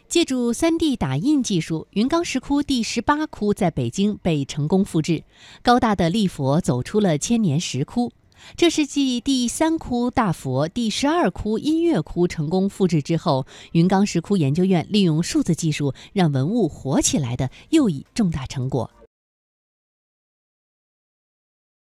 借助 3D 打印技术，云冈石窟第18窟在北京被成功复制，高大的立佛走出了千年石窟。这是继第3窟大佛、第12窟音乐窟成功复制之后，云冈石窟研究院利用数字技术让文物活起来的又一重大成果。